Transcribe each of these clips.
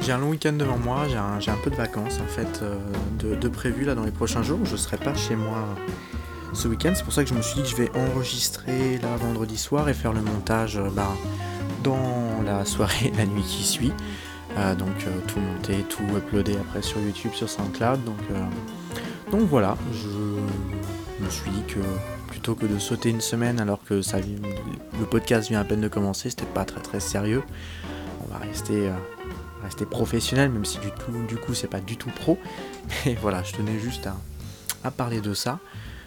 j'ai un long week-end devant moi, j'ai un peu de vacances en fait de prévu là dans les prochains jours. Je serai pas chez moi ce week-end, c'est pour ça que je me suis dit que je vais enregistrer là vendredi soir et faire le montage dans la soirée, la nuit qui suit. Tout monter, tout uploader après sur YouTube, sur SoundCloud. Donc voilà, je me suis dit que plutôt que de sauter une semaine alors que le podcast vient à peine de commencer, c'était pas très très sérieux. On va rester professionnel, même si du coup c'est pas du tout pro. Mais voilà, je tenais juste à parler de ça.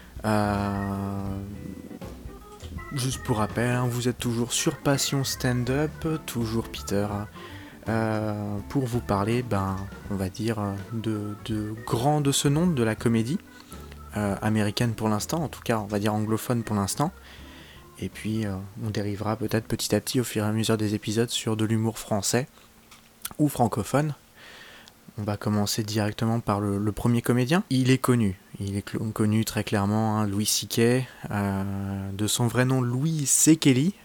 Juste pour rappel, hein, vous êtes toujours sur Passion Stand-Up, toujours Peter, pour vous parler, on va dire, de grands de ce nom, de la comédie américaine pour l'instant, en tout cas on va dire anglophone pour l'instant. Et puis on dérivera peut-être petit à petit au fur et à mesure des épisodes sur de l'humour français ou francophone. On va commencer directement par le premier comédien. Il est connu très clairement, hein, Louis C.K., de son vrai nom Louis C. Kelly.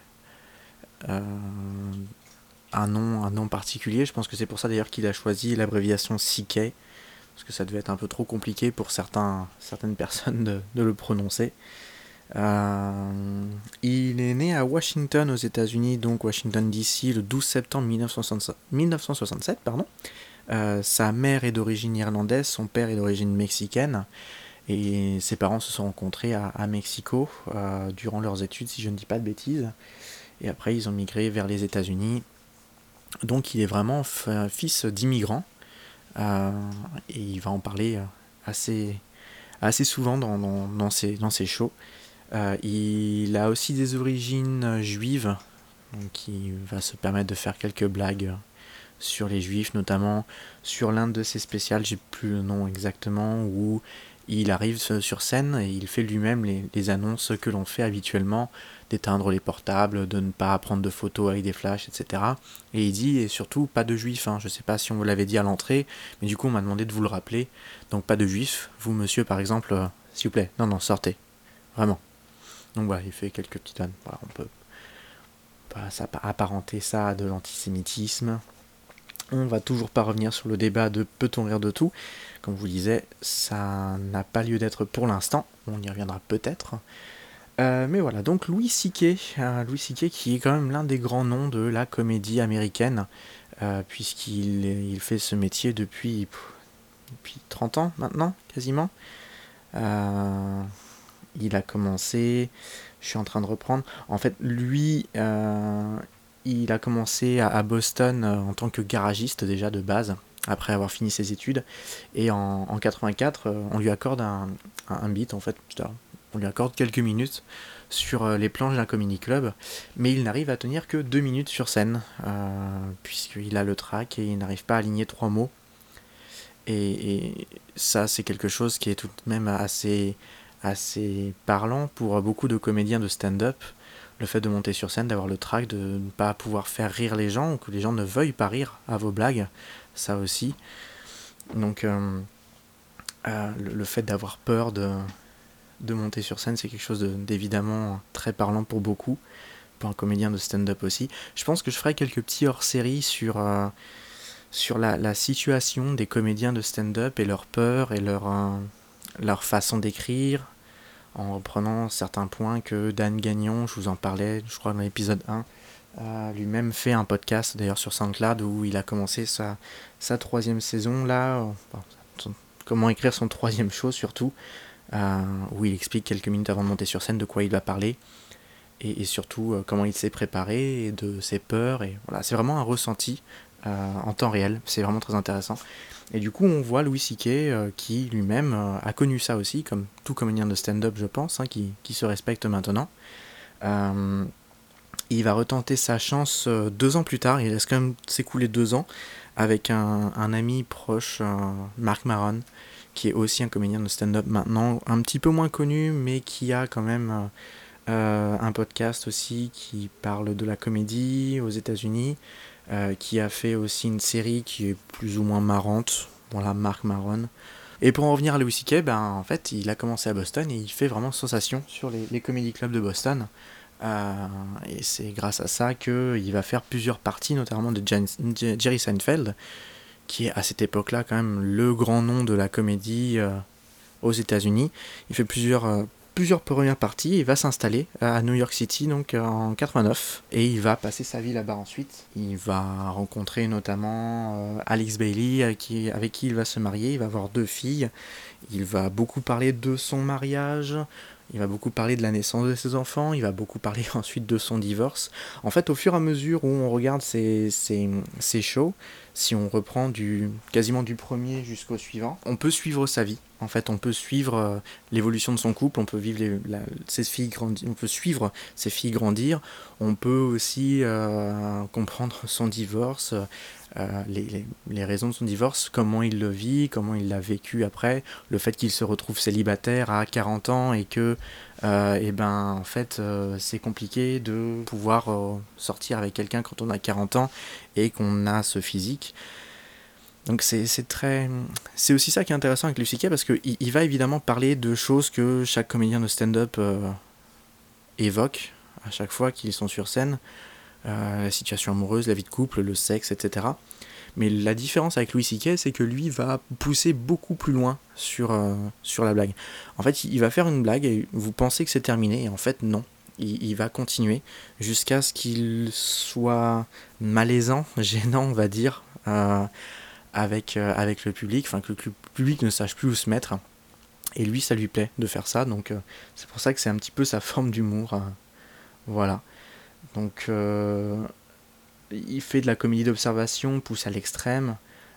Un nom particulier, je pense que c'est pour ça d'ailleurs qu'il a choisi l'abréviation C.K., parce que ça devait être un peu trop compliqué pour certaines personnes de le prononcer. Il est né à Washington aux États-Unis, donc Washington DC, le 12 septembre 1967. Sa mère est d'origine irlandaise, son père est d'origine mexicaine, et ses parents se sont rencontrés à Mexico durant leurs études, si je ne dis pas de bêtises, et après ils ont migré vers les États-Unis. Donc il est vraiment fils d'immigrants, et il va en parler assez souvent dans ses shows. Il a aussi des origines juives, donc il va se permettre de faire quelques blagues sur les juifs, notamment sur l'un de ses spéciales, j'ai plus le nom exactement, où il arrive sur scène et il fait lui-même les annonces que l'on fait habituellement, d'éteindre les portables, de ne pas prendre de photos avec des flashs, etc. Et il dit, et surtout, pas de juifs, hein. Je sais pas si on vous l'avait dit à l'entrée, mais du coup on m'a demandé de vous le rappeler, donc pas de juifs, vous monsieur par exemple, s'il vous plaît, non, sortez, vraiment. Donc voilà, il fait quelques petites vannes, voilà, on peut pas apparenter ça à de l'antisémitisme. On va toujours pas revenir sur le débat de peut-on rire de tout. Comme je vous disais, ça n'a pas lieu d'être pour l'instant. On y reviendra peut-être. Mais voilà, donc Louis C.K. Qui est quand même l'un des grands noms de la comédie américaine, puisqu'il fait ce métier depuis 30 ans maintenant, quasiment. Il a commencé... Je suis en train de reprendre. En fait, lui... il a commencé à Boston en tant que garagiste déjà de base, après avoir fini ses études. Et en 84, on lui accorde un beat, en fait, on lui accorde quelques minutes sur les planches d'un comedy club, mais il n'arrive à tenir que 2 minutes sur scène, puisqu'il a le trac et il n'arrive pas à aligner 3 mots. Et ça, c'est quelque chose qui est tout de même assez parlant pour beaucoup de comédiens de stand-up. Le fait de monter sur scène, d'avoir le trac, de ne pas pouvoir faire rire les gens, ou que les gens ne veuillent pas rire à vos blagues, ça aussi. Donc le fait d'avoir peur de monter sur scène, c'est quelque chose d'évidemment très parlant pour beaucoup, pour un comédien de stand-up aussi. Je pense que je ferai quelques petits hors-série sur la situation des comédiens de stand-up et leur peur et leur façon d'écrire, en reprenant certains points que Dan Gagnon, je vous en parlais, je crois dans l'épisode 1, a lui-même fait un podcast d'ailleurs sur SoundCloud où il a commencé sa 3e saison là, comment écrire son 3e show surtout, où il explique quelques minutes avant de monter sur scène de quoi il va parler, et surtout comment il s'est préparé, et de ses peurs, et voilà, c'est vraiment un ressenti en temps réel, c'est vraiment très intéressant. Et du coup, on voit Louis C.K. Qui lui-même a connu ça aussi, comme tout comédien de stand-up, je pense, hein, qui se respecte maintenant. Il va retenter sa chance 2 ans plus tard, il laisse quand même s'écouler 2 ans, avec un ami proche, Marc Maron, qui est aussi un comédien de stand-up maintenant, un petit peu moins connu, mais qui a quand même un podcast aussi qui parle de la comédie aux États-Unis. Qui a fait aussi une série qui est plus ou moins marrante, voilà, Marc Maron. Et pour en revenir à Louis C.K., en fait, il a commencé à Boston et il fait vraiment sensation sur les comedy clubs de Boston. Et c'est grâce à ça qu'il va faire plusieurs parties, notamment de Jerry Seinfeld, qui est à cette époque-là quand même le grand nom de la comédie aux États-Unis. Il fait plusieurs premières parties, il va s'installer à New York City donc en 89 et il va passer sa vie là-bas ensuite. Il va rencontrer notamment Alice Bailey avec qui il va se marier, il va avoir 2 filles. Il va beaucoup parler de son mariage, il va beaucoup parler de la naissance de ses enfants, il va beaucoup parler ensuite de son divorce. En fait, au fur et à mesure où on regarde ces shows, si on reprend quasiment du premier jusqu'au suivant, on peut suivre sa vie. En fait, on peut suivre l'évolution de son couple, on peut on peut suivre ses filles grandir, on peut aussi comprendre son divorce, les raisons de son divorce, comment il le vit, comment il l'a vécu après, le fait qu'il se retrouve célibataire à 40 ans et que en fait c'est compliqué de pouvoir sortir avec quelqu'un quand on a 40 ans et qu'on a ce physique. Donc c'est aussi ça qui est intéressant avec Louis C.K. parce qu'il va évidemment parler de choses que chaque comédien de stand-up évoque à chaque fois qu'ils sont sur scène, la situation amoureuse, la vie de couple, le sexe, etc. Mais la différence avec Louis C.K., c'est que lui va pousser beaucoup plus loin sur la blague. En fait, il va faire une blague et vous pensez que c'est terminé, et en fait, non. Il va continuer jusqu'à ce qu'il soit malaisant, gênant, on va dire, avec le public, enfin que le public ne sache plus où se mettre. Et lui, ça lui plaît de faire ça, donc c'est pour ça que c'est un petit peu sa forme d'humour. Voilà. Donc, il fait de la comédie d'observation, poussé à l'extrême.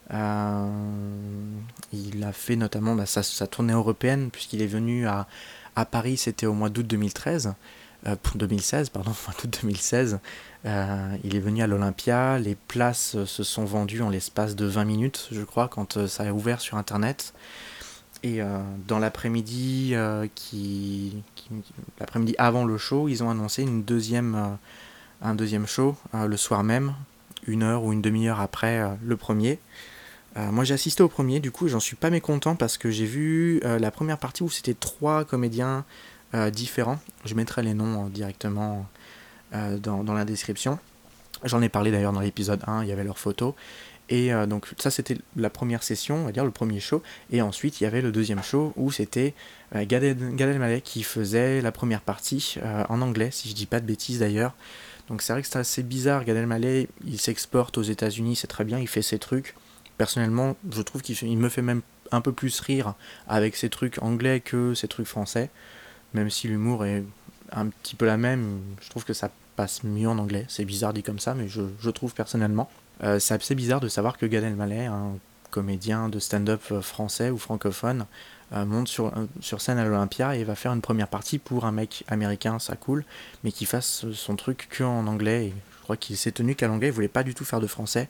Il a fait notamment sa tournée européenne, puisqu'il est venu à Paris, c'était au mois d'août 2013. 2016, pardon, mois d'août 2016. Il est venu à l'Olympia, les places se sont vendues en l'espace de 20 minutes, je crois, quand ça a ouvert sur Internet. Et dans l'après-midi, l'après-midi avant le show, ils ont annoncé un deuxième show le soir même, 1 heure ou une demi-heure après le premier. Moi j'ai assisté au premier, du coup j'en suis pas mécontent parce que j'ai vu la première partie où c'était 3 comédiens différents. Je mettrai les noms directement dans la description. J'en ai parlé d'ailleurs dans l'épisode 1, il y avait leurs photos. Et donc ça c'était la première session, on va dire le premier show, et ensuite il y avait le deuxième show où c'était Gad Elmaleh qui faisait la première partie en anglais, si je dis pas de bêtises d'ailleurs. Donc c'est vrai que c'est assez bizarre, Gad Elmaleh il s'exporte aux États-Unis, c'est très bien, il fait ses trucs. Personnellement, je trouve qu'il me fait même un peu plus rire avec ses trucs anglais que ses trucs français, même si l'humour est un petit peu la même, je trouve que ça passe mieux en anglais, c'est bizarre dit comme ça, mais je trouve personnellement. C'est assez bizarre de savoir que Gad Elmaleh, un comédien de stand-up français ou francophone, monte sur scène à l'Olympia et va faire une première partie pour un mec américain, ça cool, mais qui fasse son truc que en anglais. Et je crois qu'il s'est tenu qu'à l'anglais, il voulait pas du tout faire de français.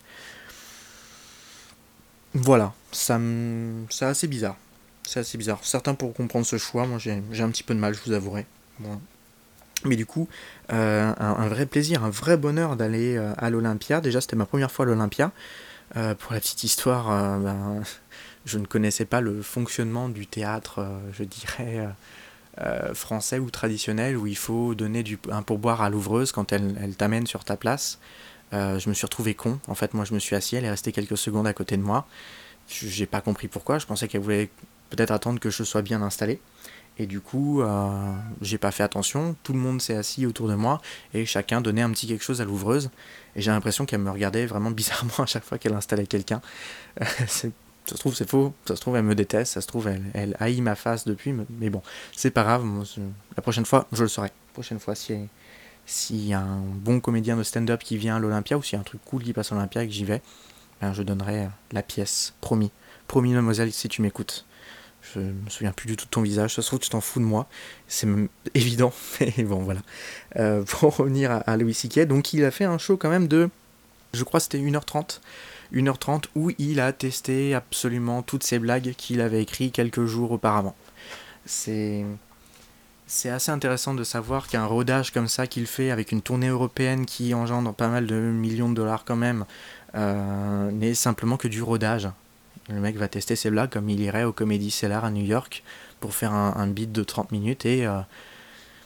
Voilà, c'est assez bizarre. C'est assez bizarre. Certains pourront comprendre ce choix, moi j'ai un petit peu de mal, je vous avouerai. Bon. Mais du coup, un vrai plaisir, un vrai bonheur d'aller à l'Olympia. Déjà, c'était ma première fois à l'Olympia. Pour la petite histoire, je ne connaissais pas le fonctionnement du théâtre, je dirais, français ou traditionnel, où il faut donner un pourboire à l'ouvreuse quand elle t'amène sur ta place. Je me suis retrouvé con. En fait, moi, je me suis assis, elle est restée quelques secondes à côté de moi. J'ai pas compris pourquoi. Je pensais qu'elle voulait peut-être attendre que je sois bien installé. Et du coup, j'ai pas fait attention, tout le monde s'est assis autour de moi et chacun donnait un petit quelque chose à l'ouvreuse. Et j'ai l'impression qu'elle me regardait vraiment bizarrement à chaque fois qu'elle installait quelqu'un. Ça se trouve, c'est faux, ça se trouve, elle me déteste, ça se trouve, elle haït ma face depuis, mais bon, c'est pas grave, la prochaine fois, je le saurai. La prochaine fois, s'il y a un bon comédien de stand-up qui vient à l'Olympia ou s'il y a un truc cool qui passe à l'Olympia et que j'y vais, ben, je donnerai la pièce, promis. Promis, mademoiselle, si tu m'écoutes. Je me souviens plus du tout de ton visage, ça se trouve tu t'en fous de moi, c'est évident, mais bon voilà. Pour revenir à Louis C.K., donc il a fait un show quand même de, je crois c'était 1h30, où il a testé absolument toutes ces blagues qu'il avait écrites quelques jours auparavant. C'est assez intéressant de savoir qu'un rodage comme ça qu'il fait avec une tournée européenne qui engendre pas mal de millions de dollars quand même, n'est simplement que du rodage. Le mec va tester ses blagues comme il irait au Comedy Cellar à New York pour faire un beat de 30 minutes et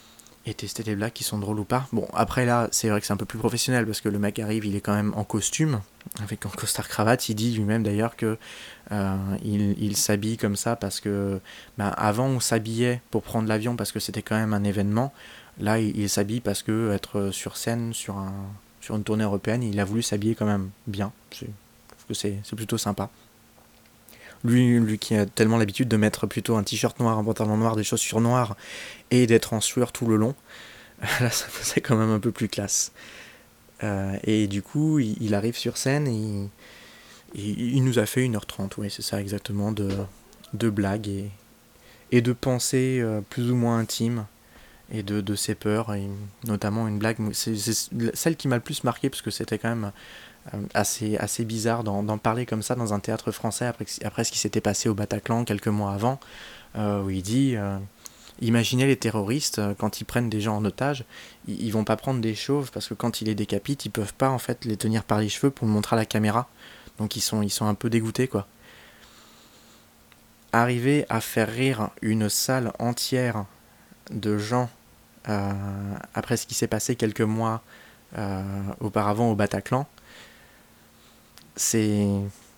et tester les blagues qui sont drôles ou pas. Bon, après là, c'est vrai que c'est un peu plus professionnel parce que le mec arrive, il est quand même en costume, avec un costard cravate. Il dit lui-même d'ailleurs que il s'habille comme ça parce que avant on s'habillait pour prendre l'avion parce que c'était quand même un événement. Là, il s'habille parce que être sur scène, sur une tournée européenne, il a voulu s'habiller quand même bien. Je trouve que c'est plutôt sympa. Lui qui a tellement l'habitude de mettre plutôt un t-shirt noir, un pantalon noir, des chaussures noires et d'être en sueur tout le long, là ça faisait quand même un peu plus classe. Et du coup, il arrive sur scène et il nous a fait 1h30, oui, c'est ça exactement, de blagues et de pensées plus ou moins intimes et de ses peurs, et notamment une blague, c'est celle qui m'a le plus marqué parce que c'était quand même assez bizarre d'en parler comme ça dans un théâtre français après ce qui s'était passé au Bataclan quelques mois avant, où il dit imaginez les terroristes quand ils prennent des gens en otage, ils vont pas prendre des chauves parce que quand ils les décapitent, ils peuvent pas en fait les tenir par les cheveux pour le montrer à la caméra, donc ils sont un peu dégoûtés quoi. Arriver à faire rire une salle entière de gens après ce qui s'est passé quelques mois auparavant au Bataclan, c'est...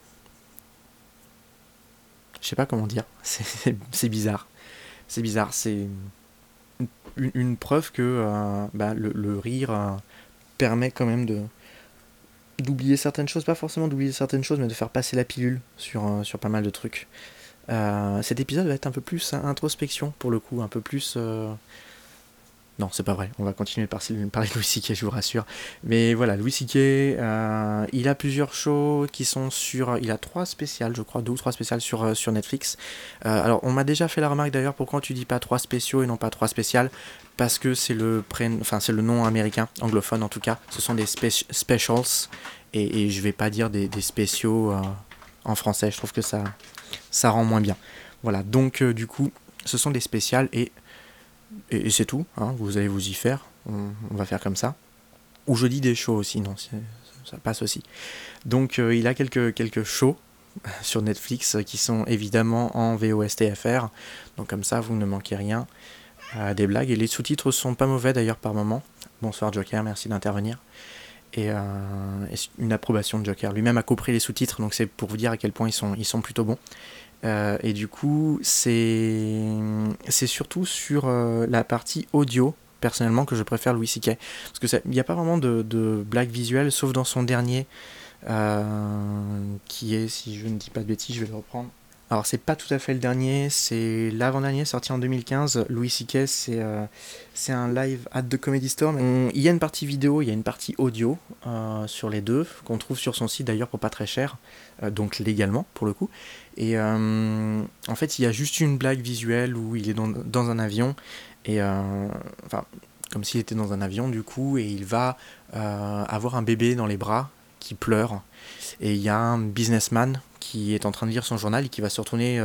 Je sais pas comment dire, c'est bizarre. C'est bizarre, c'est une preuve que le rire permet quand même d'oublier certaines choses, pas forcément d'oublier certaines choses, mais de faire passer la pilule sur pas mal de trucs. Cet épisode va être un peu plus introspection pour le coup, un peu plus... Non, c'est pas vrai, on va continuer de parler de Louis C.K., je vous rassure. Mais voilà, Louis C.K., il a plusieurs shows qui sont sur... Il a 3 spéciales, je crois, 2 ou 3 spéciales sur Netflix. Alors, on m'a déjà fait la remarque d'ailleurs, pourquoi tu dis pas 3 spéciaux et non pas 3 spéciales, parce que c'est le nom américain, anglophone en tout cas. Ce sont des specials, et je vais pas dire des spéciaux en français, je trouve que ça rend moins bien. Voilà, donc du coup, ce sont des spéciales et c'est tout, hein, vous allez vous y faire, on va faire comme ça. Ou je dis des shows aussi, non, ça passe aussi. Donc il a quelques shows sur Netflix qui sont évidemment en VOSTFR, donc comme ça vous ne manquez rien des blagues. Et les sous-titres sont pas mauvais d'ailleurs par moment. Bonsoir Joker, merci d'intervenir. Et une approbation de Joker. Lui-même a compris les sous-titres, donc c'est pour vous dire à quel point ils sont plutôt bons. Et du coup, c'est surtout sur la partie audio, personnellement, que je préfère Louis C.K. Parce que il n'y a pas vraiment de blague visuelle, sauf dans son dernier, qui est, si je ne dis pas de bêtises, je vais le reprendre. Alors, c'est pas tout à fait le dernier, c'est l'avant-dernier, sorti en 2015. Louis C.K., c'est un live at the Comedy Store. Il y a une partie vidéo, il y a une partie audio sur les deux, qu'on trouve sur son site d'ailleurs pour pas très cher, donc légalement pour le coup. Et en fait, il y a juste une blague visuelle où il est dans un avion, et comme s'il était dans un avion du coup, et il va avoir un bébé dans les bras qui pleure. Et il y a un businessman qui est en train de lire son journal et qui va se retourner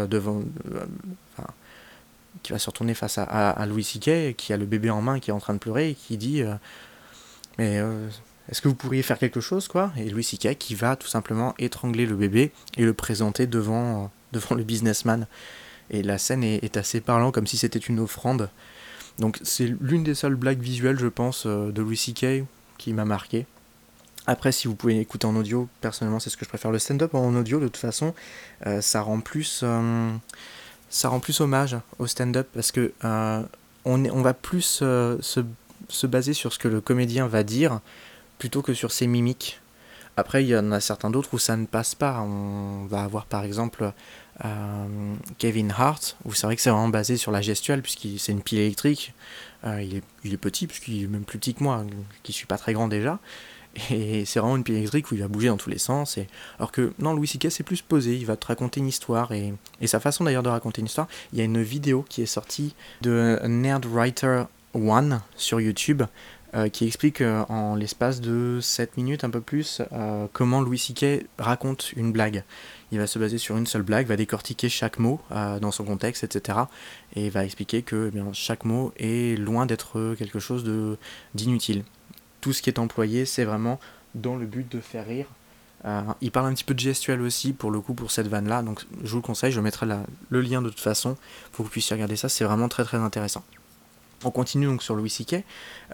qui va se retourner face à Louis C.K. qui a le bébé en main, qui est en train de pleurer et qui dit mais est-ce que vous pourriez faire quelque chose quoi? Et Louis C.K. qui va tout simplement étrangler le bébé et le présenter devant le businessman. Et la scène est assez parlante, comme si c'était une offrande. Donc c'est l'une des seules blagues visuelles, je pense, de Louis C.K. qui m'a marqué. Après, si vous pouvez écouter en audio, personnellement, c'est ce que je préfère. Le stand-up en audio, de toute façon, ça rend plus hommage au stand-up parce que on va plus se baser sur ce que le comédien va dire plutôt que sur ses mimiques. Après, il y en a certains d'autres où ça ne passe pas. On va avoir par exemple Kevin Hart, où c'est vrai que c'est vraiment basé sur la gestuelle, puisque c'est une pile électrique. Il est petit, puisqu'il est même plus petit que moi, qui ne suis pas très grand déjà. Et c'est vraiment une pile électrique où il va bouger dans tous les sens. Alors que non, Louis C.K. c'est plus posé, il va te raconter une histoire. Et sa façon d'ailleurs de raconter une histoire, il y a une vidéo qui est sortie de Nerdwriter One sur YouTube, qui explique en l'espace de 7 minutes, un peu plus, comment Louis C.K. raconte une blague. Il va se baser sur une seule blague, va décortiquer chaque mot dans son contexte, etc. Et va expliquer que chaque mot est loin d'être quelque chose d'inutile. Tout ce qui est employé, c'est vraiment dans le but de faire rire. Il parle un petit peu de gestuelle aussi, pour le coup, pour cette vanne-là. Donc je vous le conseille, je mettrai le lien de toute façon, pour que vous puissiez regarder ça. C'est vraiment très très intéressant. On continue donc sur Louis C.K.,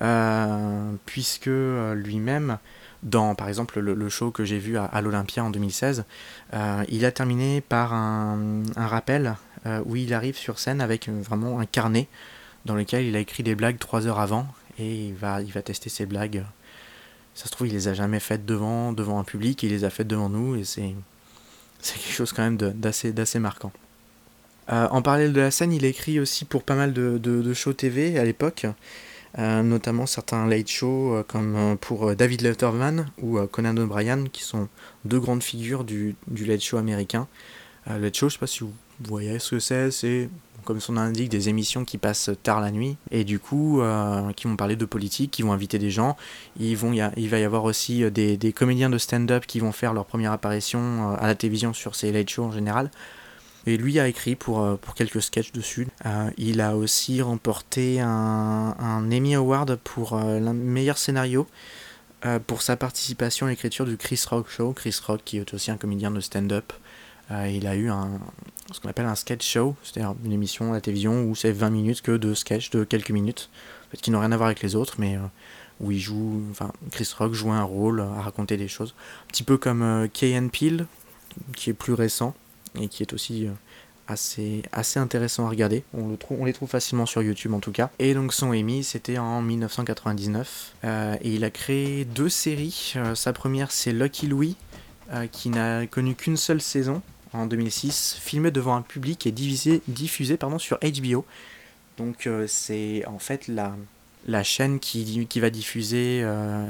puisque lui-même, dans par exemple le show que j'ai vu à l'Olympia en 2016, il a terminé par un rappel où il arrive sur scène avec vraiment un carnet dans lequel il a écrit des blagues 3 heures avant, et il va tester ses blagues. Ça se trouve, il les a jamais faites devant un public, il les a faites devant nous, et c'est quelque chose quand même d'assez marquant. En parallèle de la scène, il a écrit aussi pour pas mal de shows TV à l'époque, notamment certains late shows comme pour David Letterman ou Conan O'Brien, qui sont deux grandes figures du late show américain. Late show, je sais pas si vous voyez ce que c'est comme son nom l'indique, des émissions qui passent tard la nuit, et du coup qui vont parler de politique, qui vont inviter des gens. Il va y avoir aussi des comédiens de stand-up qui vont faire leur première apparition à la télévision sur ces late shows en général. Et lui a écrit pour quelques sketchs dessus. Il a aussi remporté un Emmy Award pour le meilleur scénario pour sa participation à l'écriture du Chris Rock Show. Chris Rock, qui est aussi un comédien de stand-up. Il a eu ce qu'on appelle un sketch show, c'est-à-dire une émission à la télévision où c'est 20 minutes que de sketch de quelques minutes, en fait, qui n'ont rien à voir avec les autres, mais où Chris Rock joue un rôle à raconter des choses. Un petit peu comme Key & Peele, qui est plus récent, et qui est aussi assez intéressant à regarder. On les trouve facilement sur YouTube en tout cas. Et donc son Emmy, c'était en 1999. Et il a créé 2 séries. Sa première, c'est Lucky Louie, qui n'a connu qu'une seule saison, en 2006, filmée devant un public et diffusée sur HBO. Donc c'est en fait la chaîne qui va diffuser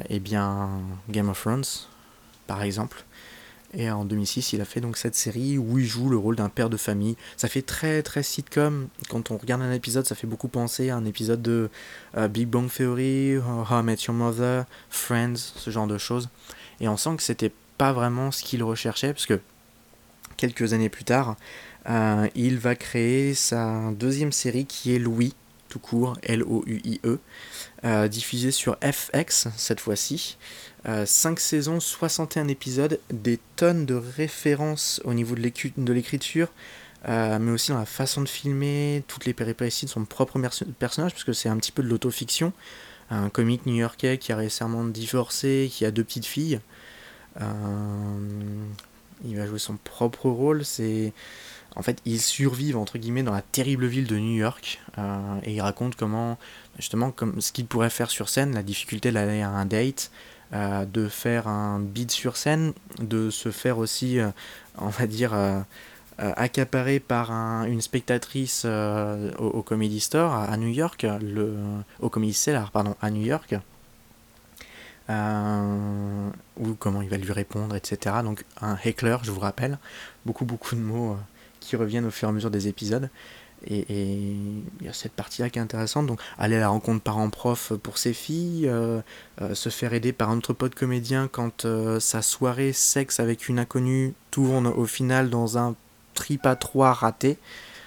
Game of Thrones, par exemple. Et en 2006, il a fait donc cette série où il joue le rôle d'un père de famille. Ça fait très très sitcom. Quand on regarde un épisode, ça fait beaucoup penser à un épisode de Big Bang Theory, How I Met Your Mother, Friends, ce genre de choses. Et on sent que c'était pas vraiment ce qu'il recherchait, parce que quelques années plus tard, il va créer sa deuxième série qui est Louis, tout court, L-O-U-I-E, diffusée sur FX cette fois-ci. 5 saisons, 61 épisodes, des tonnes de références au niveau de l'écriture, mais aussi dans la façon de filmer, toutes les péripéties de son propre personnage, parce que c'est un petit peu de l'autofiction. Un comique new-yorkais qui a récemment divorcé, qui a 2 petites filles. Il va jouer son propre rôle. En fait, ils survivent entre guillemets dans la terrible ville de New York, et il raconte comment, justement, comme ce qu'il pourrait faire sur scène, la difficulté d'aller à un date, de faire un beat sur scène, de se faire aussi, on va dire, accaparé par une spectatrice au Comedy Store à New York, au Comedy Cellar, pardon, à New York, ou comment il va lui répondre, etc. Donc un heckler, je vous rappelle, beaucoup de mots qui reviennent au fur et à mesure des épisodes. Et il y a cette partie-là qui est intéressante. Donc aller à la rencontre parents-prof pour ses filles, se faire aider par un autre pote comédien quand sa soirée sexe avec une inconnue tourne au final dans un trip à 3 raté.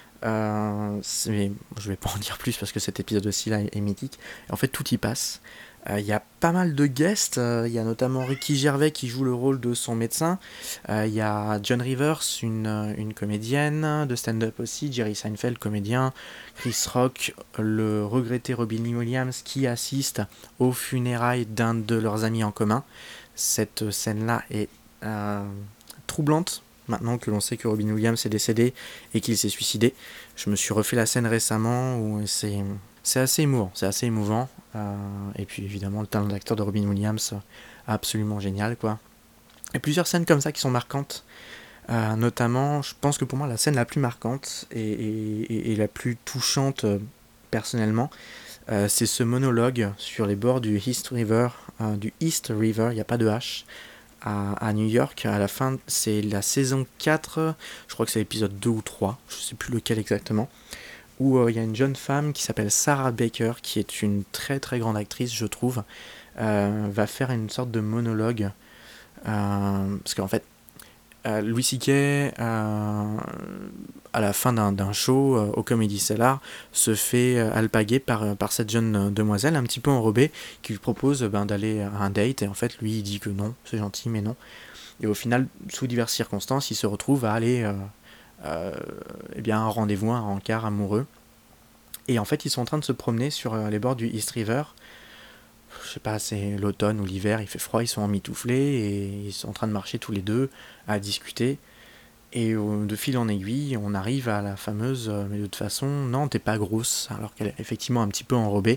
Je vais pas en dire plus parce que cet épisode aussi là est mythique. En fait, tout y passe. Il y a pas mal de guests. Il y a notamment Ricky Gervais qui joue le rôle de son médecin. Il y a John Rivers, une comédienne de stand-up aussi. Jerry Seinfeld, comédien. Chris Rock, le regretté Robin Williams, qui assiste aux funérailles d'un de leurs amis en commun. Cette scène-là est troublante. Maintenant que l'on sait que Robin Williams est décédé et qu'il s'est suicidé, je me suis refait la scène récemment où c'est assez émouvant. Et puis évidemment le talent d'acteur de Robin Williams, absolument génial quoi. Et plusieurs scènes comme ça qui sont marquantes, notamment je pense que pour moi la scène la plus marquante et la plus touchante personnellement, c'est ce monologue sur les bords du East River, il n'y a pas de H, à New York. À la fin, c'est la saison 4, je crois que c'est l'épisode 2 ou 3, je sais plus lequel exactement, où il y a une jeune femme qui s'appelle Sarah Baker, qui est une très très grande actrice, je trouve, va faire une sorte de monologue, parce qu'en fait, Louis C.K., à la fin d'un show au Comedy Cellar, se fait alpaguer par cette jeune demoiselle un petit peu enrobée, qui lui propose d'aller à un date, et en fait lui il dit que non, c'est gentil mais non, et au final sous diverses circonstances il se retrouve à aller à un rendez-vous, un rencard amoureux, Et en fait, ils sont en train de se promener sur les bords du East River. Je sais pas, c'est l'automne ou l'hiver, il fait froid, ils sont emmitouflés et ils sont en train de marcher tous les deux à discuter. Et de fil en aiguille, on arrive à la fameuse mais de toute façon, non, t'es pas grosse, alors qu'elle est effectivement un petit peu enrobée.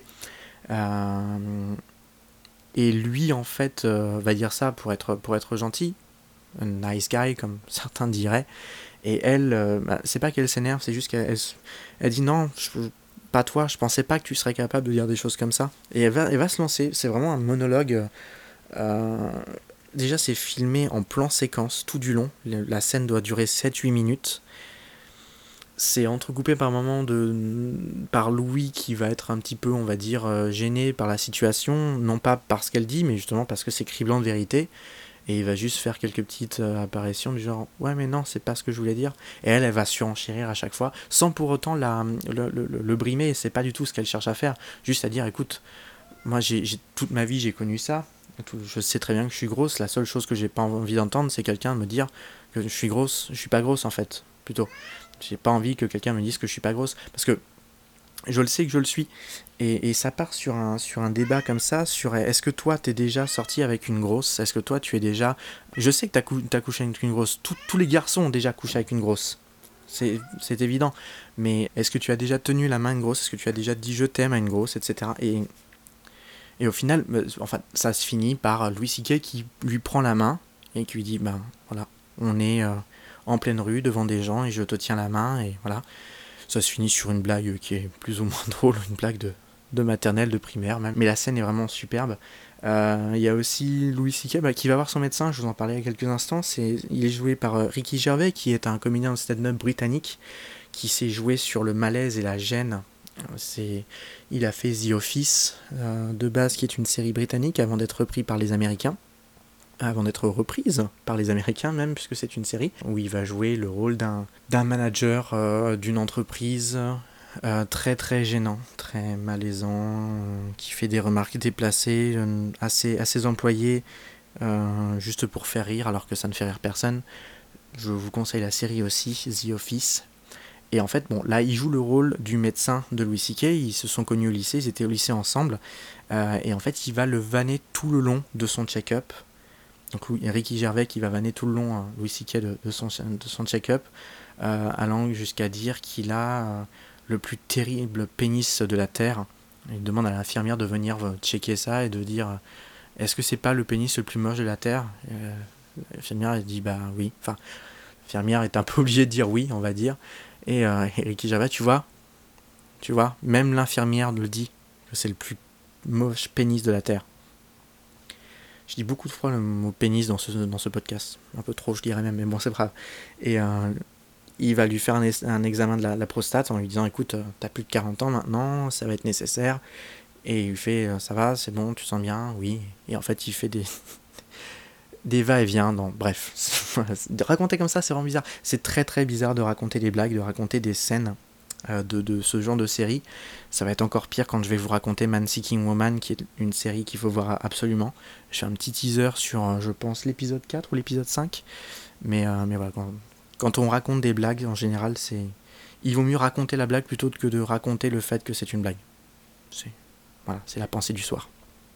Et lui, en fait, va dire ça pour être gentil, un nice guy, comme certains diraient. Et elle, c'est pas qu'elle s'énerve, c'est juste elle dit non, pas toi, je pensais pas que tu serais capable de dire des choses comme ça. Et elle va se lancer, c'est vraiment un monologue. euh, Déjà, c'est filmé en plan séquence tout du long. La scène doit durer 7-8 minutes. C'est entrecoupé par moments par Louis qui va être un petit peu, on va dire, gêné par la situation. Non pas parce qu'elle dit, mais justement parce que c'est criblant de vérité. Et il va juste faire quelques petites apparitions du genre ouais mais non c'est pas ce que je voulais dire, et elle va surenchérir à chaque fois sans pour autant le brimer. C'est pas du tout ce qu'elle cherche à faire, juste à dire écoute, moi toute ma vie j'ai connu ça, je sais très bien que je suis grosse, la seule chose que j'ai pas envie d'entendre c'est quelqu'un me dire que je suis grosse, je suis pas grosse en fait, plutôt j'ai pas envie que quelqu'un me dise que je suis pas grosse, parce que je le sais que je le suis. Et ça part sur un débat comme ça, sur est-ce que toi t'es déjà sorti avec une grosse. Est-ce que toi tu es déjà... Je sais que t'as couché avec une grosse, tous les garçons ont déjà couché avec une grosse. C'est évident. Mais est-ce que tu as déjà tenu la main à une grosse? Est-ce que tu as déjà dit je t'aime à une grosse, etc. Et au final, enfin, ça se finit par Louis C.K. qui lui prend la main et qui lui dit ben voilà, on est en pleine rue devant des gens et je te tiens la main et voilà. Ça se finit sur une blague qui est plus ou moins drôle, une blague de maternelle, de primaire même. Mais la scène est vraiment superbe. Il y a aussi Louis C.K. Qui va voir son médecin, je vous en parlais il y a quelques instants. Il est joué par Ricky Gervais, qui est un comédien de stand-up britannique, qui s'est joué sur le malaise et la gêne. Il a fait The Office, de base, qui est une série britannique, avant d'être repris par les Américains. Avant d'être reprise par les Américains même, puisque c'est une série, où il va jouer le rôle d'un manager d'une entreprise très très gênant, très malaisant, qui fait des remarques déplacées à ses employés, juste pour faire rire, alors que ça ne fait rire personne. Je vous conseille la série aussi, The Office. Et en fait, bon, là, il joue le rôle du médecin de Louis C.K. Ils se sont connus au lycée, ils étaient au lycée ensemble. Et en fait, il va le vanner tout le long de son check-up. Donc Ricky Gervais qui va vanner tout le long Louis C.K. de son check-up, allant jusqu'à dire qu'il a le plus terrible pénis de la Terre. Il demande à l'infirmière de venir checker ça et de dire est-ce que c'est pas le pénis le plus moche de la Terre. L'infirmière elle dit bah oui. Enfin, l'infirmière est un peu obligée de dire oui, on va dire. Et Ricky Gervais, tu vois, même l'infirmière le dit que c'est le plus moche pénis de la Terre. Je dis beaucoup de fois le mot pénis dans ce podcast. Un peu trop, je dirais même, mais bon, c'est grave. Et il va lui faire un examen de la prostate en lui disant écoute, t'as plus de 40 ans maintenant, ça va être nécessaire. Et il lui fait ça va, c'est bon, tu sens bien, oui. Et en fait, il fait des va-et-vient. Bref, raconter comme ça, c'est vraiment bizarre. C'est très très bizarre de raconter des blagues, de raconter des scènes de ce genre de série. Ça va être encore pire quand je vais vous raconter Man Seeking Woman, qui est une série qu'il faut voir absolument. Je fais un petit teaser sur, je pense, l'épisode 4 ou l'épisode 5. Mais voilà, quand on raconte des blagues, en général, il vaut mieux raconter la blague plutôt que de raconter le fait que c'est une blague. C'est la pensée du soir.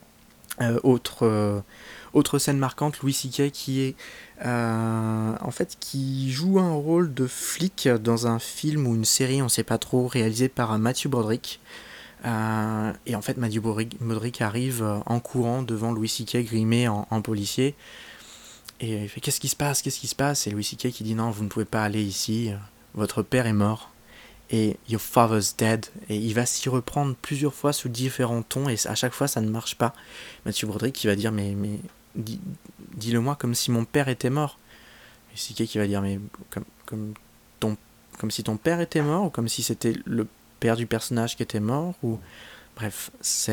Autre scène marquante, Louis C.K. qui est en fait qui joue un rôle de flic dans un film ou une série, on sait pas trop, réalisé par Matthew Broderick. Et en fait, Matthew Broderick arrive en courant devant Louis C.K. grimé en policier. Et il fait qu'est-ce qui se passe? Et Louis C.K. qui dit non, vous ne pouvez pas aller ici, votre père est mort. Et Your father's dead. Et il va s'y reprendre plusieurs fois sous différents tons, et à chaque fois ça ne marche pas. Matthew Broderick qui va dire mais dis-le-moi comme si mon père était mort. Et C.K. qui va dire mais comme si ton père était mort, ou comme si c'était le père du personnage qui était mort, ou bref,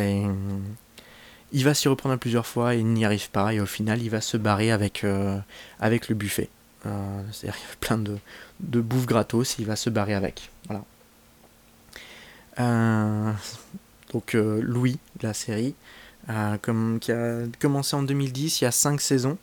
il va s'y reprendre plusieurs fois et il n'y arrive pas, et au final il va se barrer avec le buffet. C'est-à-dire qu'il y a plein de bouffe gratos, il va se barrer avec. Voilà. Donc Louis, la série, qui a commencé en 2010, il y a 5 saisons.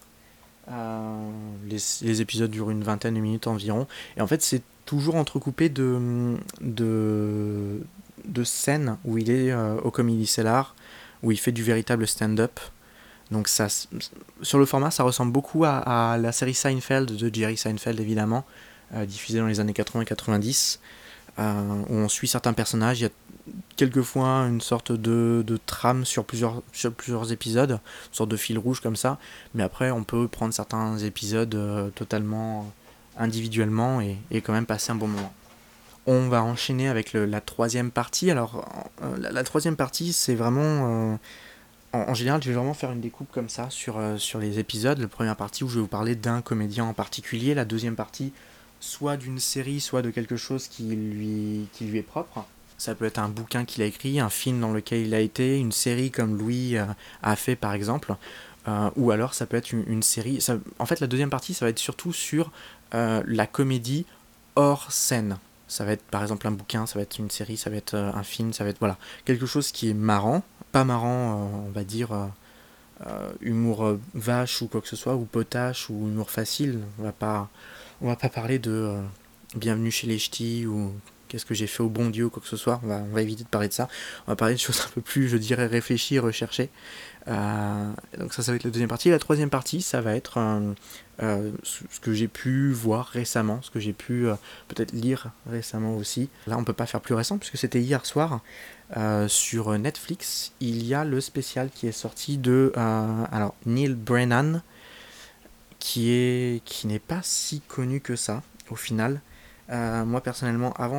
Les épisodes durent une vingtaine de minutes environ. Et en fait, c'est toujours entrecoupé de scènes où il est au Comedy Cellar, où il fait du véritable stand-up. Donc ça, sur le format, ça ressemble beaucoup à la série Seinfeld de Jerry Seinfeld, évidemment, diffusée dans les années 80-90, où on suit certains personnages. Il y a quelquefois une sorte de trame sur plusieurs épisodes, une sorte de fil rouge comme ça, mais après on peut prendre certains épisodes totalement individuellement et quand même passer un bon moment. On va enchaîner avec la troisième partie. Alors la troisième partie, c'est vraiment... en général, je vais vraiment faire une découpe comme ça sur les épisodes. La première partie où je vais vous parler d'un comédien en particulier, la deuxième partie soit d'une série, soit de quelque chose qui lui est propre. Ça peut être un bouquin qu'il a écrit, un film dans lequel il a été, une série comme Louis a fait par exemple, ou alors ça peut être une série. En fait, la deuxième partie, ça va être surtout sur la comédie hors scène. Ça va être par exemple un bouquin, ça va être une série, ça va être un film, ça va être voilà, quelque chose qui est marrant, pas marrant, on va dire humour vache ou quoi que ce soit, ou potache ou humour facile. On va pas parler de Bienvenue chez les Ch'tis ou Qu'est-ce que j'ai fait au bon Dieu ou quoi que ce soit. On va éviter de parler de ça. On va parler de choses un peu plus, je dirais, réfléchies, recherchées. Donc ça va être la deuxième partie. La troisième partie, ça va être ce que j'ai pu voir récemment, ce que j'ai pu peut-être lire récemment aussi. Là, on peut pas faire plus récent puisque c'était hier soir. Sur Netflix, il y a le spécial qui est sorti de alors Neil Brennan, qui n'est pas si connu que ça au final. Moi personnellement, avant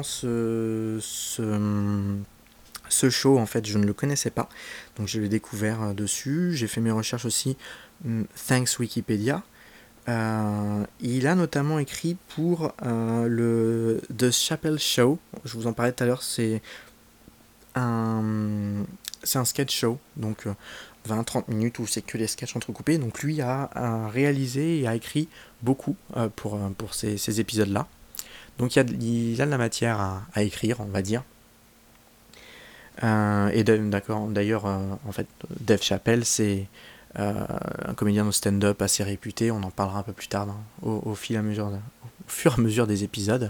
ce show, en fait, je ne le connaissais pas, donc je l'ai découvert dessus. J'ai fait mes recherches aussi, thanks Wikipédia. Il a notamment écrit pour le The Chappelle Show. Je vous en parlais tout à l'heure. C'est un sketch show, donc 20-30 minutes où c'est que les sketchs entrecoupés. Donc lui a réalisé et a écrit beaucoup pour ces épisodes-là. Donc il a de la matière à écrire, on va dire. D'ailleurs, en fait, Dave Chappelle, c'est un comédien de stand-up assez réputé. On en parlera un peu plus tard au fur et à mesure des épisodes.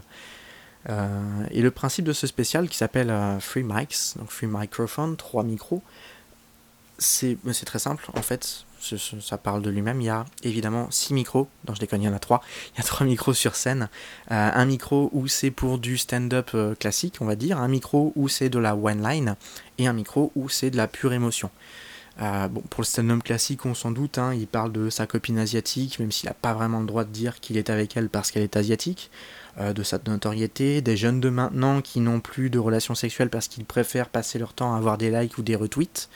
Et le principe de ce spécial qui s'appelle Free Mics, donc Free Microphone, 3 micros, c'est très simple. En fait, ça parle de lui-même. Il y a évidemment 6 micros. Non, je déconne, il y en a 3. Il y a 3 micros sur scène. Un micro où c'est pour du stand-up classique, on va dire. Un micro où c'est de la one-line. Et un micro où c'est de la pure émotion. Pour le stand-up classique, on s'en doute, hein, il parle de sa copine asiatique, même s'il n'a pas vraiment le droit de dire qu'il est avec elle parce qu'elle est asiatique, de sa notoriété, des jeunes de maintenant qui n'ont plus de relations sexuelles parce qu'ils préfèrent passer leur temps à avoir des likes ou des retweets.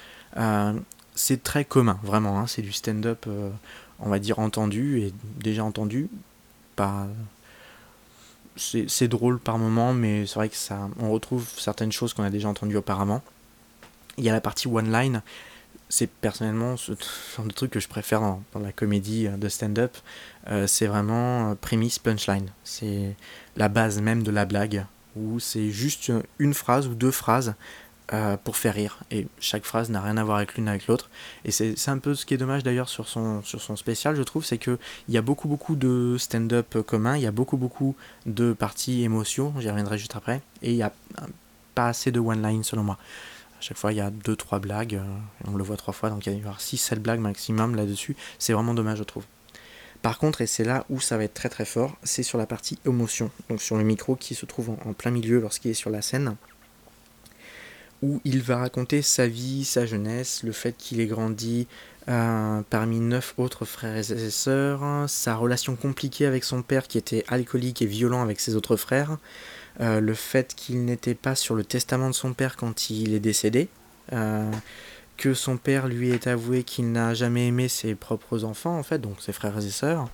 C'est très commun, vraiment, hein, c'est du stand-up, on va dire, entendu, et déjà entendu, pas... C'est drôle par moment, mais c'est vrai que on retrouve certaines choses qu'on a déjà entendues auparavant. Il y a la partie one-line. C'est personnellement ce genre de truc que je préfère dans la comédie de stand-up. C'est vraiment prémisse punchline. C'est la base même de la blague, où c'est juste une phrase ou deux phrases pour faire rire. Et chaque phrase n'a rien à voir avec l'une avec l'autre. Et c'est un peu ce qui est dommage d'ailleurs sur son spécial, je trouve, c'est qu'il y a beaucoup de stand-up commun, il y a beaucoup de parties émotions, j'y reviendrai juste après, et il n'y a pas assez de one-line selon moi. À chaque fois, il y a 2-3 blagues, on le voit 3 fois, donc il va y avoir 6-7 blagues maximum là-dessus. C'est vraiment dommage, je trouve. Par contre, et c'est là où ça va être très très fort, c'est sur la partie émotion, donc sur le micro qui se trouve en plein milieu lorsqu'il est sur la scène, où il va raconter sa vie, sa jeunesse, le fait qu'il ait grandi parmi 9 autres frères et sœurs, sa relation compliquée avec son père qui était alcoolique et violent avec ses autres frères, le fait qu'il n'était pas sur le testament de son père quand il est décédé, que son père lui ait avoué qu'il n'a jamais aimé ses propres enfants, en fait, donc ses frères et sœurs.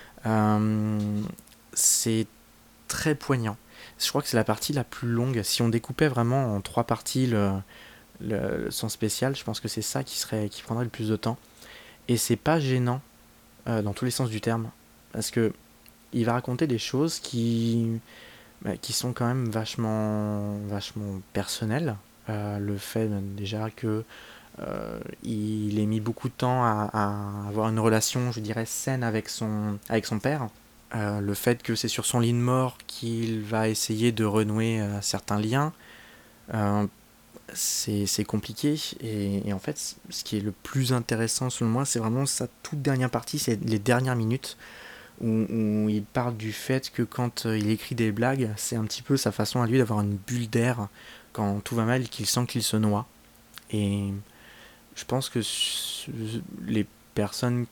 C'est très poignant. Je crois que c'est la partie la plus longue. Si on découpait vraiment en 3 parties son spécial, je pense que c'est ça qui prendrait le plus de temps. Et c'est pas gênant dans tous les sens du terme, parce que il va raconter des choses qui sont quand même vachement personnelles. Le fait déjà que il ait mis beaucoup de temps à avoir une relation, je dirais, saine avec son père. Le fait que c'est sur son lit de mort qu'il va essayer de renouer certains liens. Euh, c'est compliqué, et en fait, ce qui est le plus intéressant selon moi, c'est vraiment sa toute dernière partie, c'est les dernières minutes, où il parle du fait que quand il écrit des blagues, c'est un petit peu sa façon à lui d'avoir une bulle d'air quand tout va mal, qu'il sent qu'il se noie. Et je pense que les personnes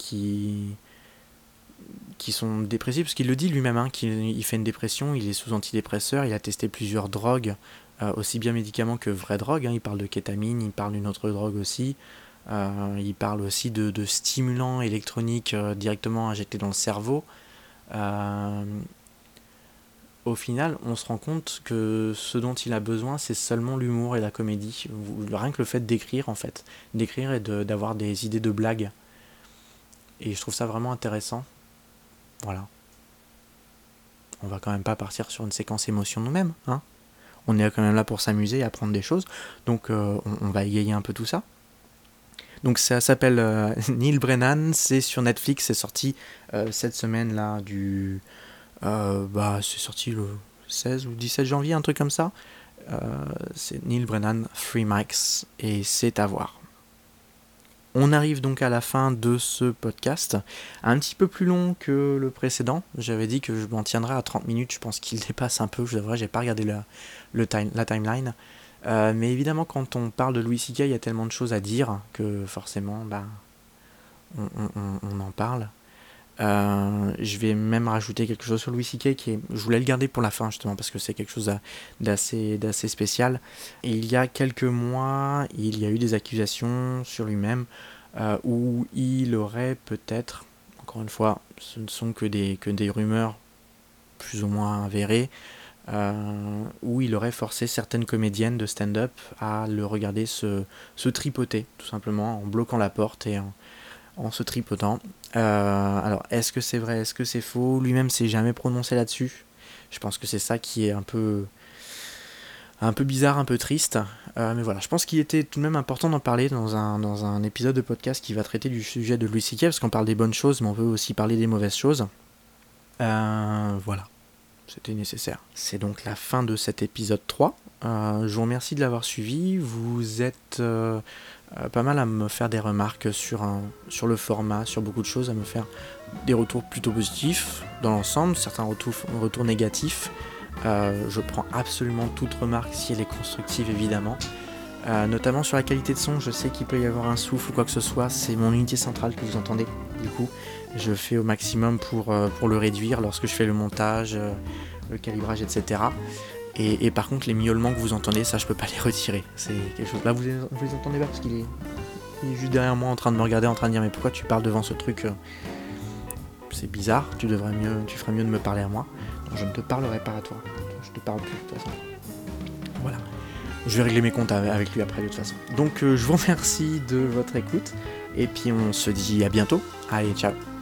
qui sont dépressives, parce qu'il le dit lui-même, hein, qu'il fait une dépression, il est sous antidépresseur, il a testé plusieurs drogues, aussi bien médicaments que vraies drogues, hein, il parle de kétamine, il parle d'une autre drogue aussi, il parle aussi de stimulants électroniques directement injectés dans le cerveau. Euh, Au final, on se rend compte que ce dont il a besoin, c'est seulement l'humour et la comédie. Rien que le fait d'écrire, en fait. D'écrire et d'avoir des idées de blagues. Et je trouve ça vraiment intéressant. Voilà. On va quand même pas partir sur une séquence émotion nous-mêmes, hein. On est quand même là pour s'amuser et apprendre des choses. Donc on va égayer un peu tout ça. Donc ça s'appelle Neil Brennan, c'est sur Netflix, c'est sorti cette semaine-là c'est sorti le 16 ou 17 janvier, un truc comme ça. C'est Neil Brennan, Three Mics, et c'est à voir. On arrive donc à la fin de ce podcast, un petit peu plus long que le précédent. J'avais dit que je m'en tiendrais à 30 minutes, je pense qu'il dépasse un peu, je devrais, j'ai pas regardé la timeline. Mais évidemment, quand on parle de Louis C.K., il y a tellement de choses à dire que forcément, on en parle. Je vais même rajouter quelque chose sur Louis C.K. Je voulais le garder pour la fin justement parce que c'est quelque chose d'assez spécial. Et il y a quelques mois, il y a eu des accusations sur lui-même où il aurait peut-être, encore une fois, ce ne sont que des rumeurs plus ou moins avérées, où il aurait forcé certaines comédiennes de stand-up à le regarder se tripoter, tout simplement en bloquant la porte et en se tripotant. Alors, est-ce que c'est vrai, est-ce que c'est faux? Lui-même s'est jamais prononcé là-dessus. Je pense que c'est ça qui est un peu bizarre, un peu triste. Mais voilà, je pense qu'il était tout de même important d'en parler dans un épisode de podcast qui va traiter du sujet de Louis C.K. parce qu'on parle des bonnes choses, mais on peut aussi parler des mauvaises choses. Voilà, c'était nécessaire. C'est donc la fin de cet épisode 3. Je vous remercie de l'avoir suivi. Vous êtes pas mal à me faire des remarques sur le format, sur beaucoup de choses, à me faire des retours plutôt positifs dans l'ensemble, certains retours négatifs. Je prends absolument toute remarque si elle est constructive, évidemment. Notamment sur la qualité de son, je sais qu'il peut y avoir un souffle ou quoi que ce soit, c'est mon unité centrale que vous entendez. Du coup, je fais au maximum pour le réduire lorsque je fais le montage, le calibrage, etc. Et par contre, les miaulements que vous entendez, ça je peux pas les retirer. C'est quelque chose. Là, vous les entendez pas parce qu'il est juste derrière moi en train de me regarder, en train de dire mais pourquoi tu parles devant ce truc, c'est bizarre, tu ferais mieux de me parler à moi. Non, je ne te parlerai pas à toi. Je te parle plus de toute façon. Voilà. Je vais régler mes comptes avec lui après de toute façon. Donc je vous remercie de votre écoute. Et puis on se dit à bientôt. Allez, ciao.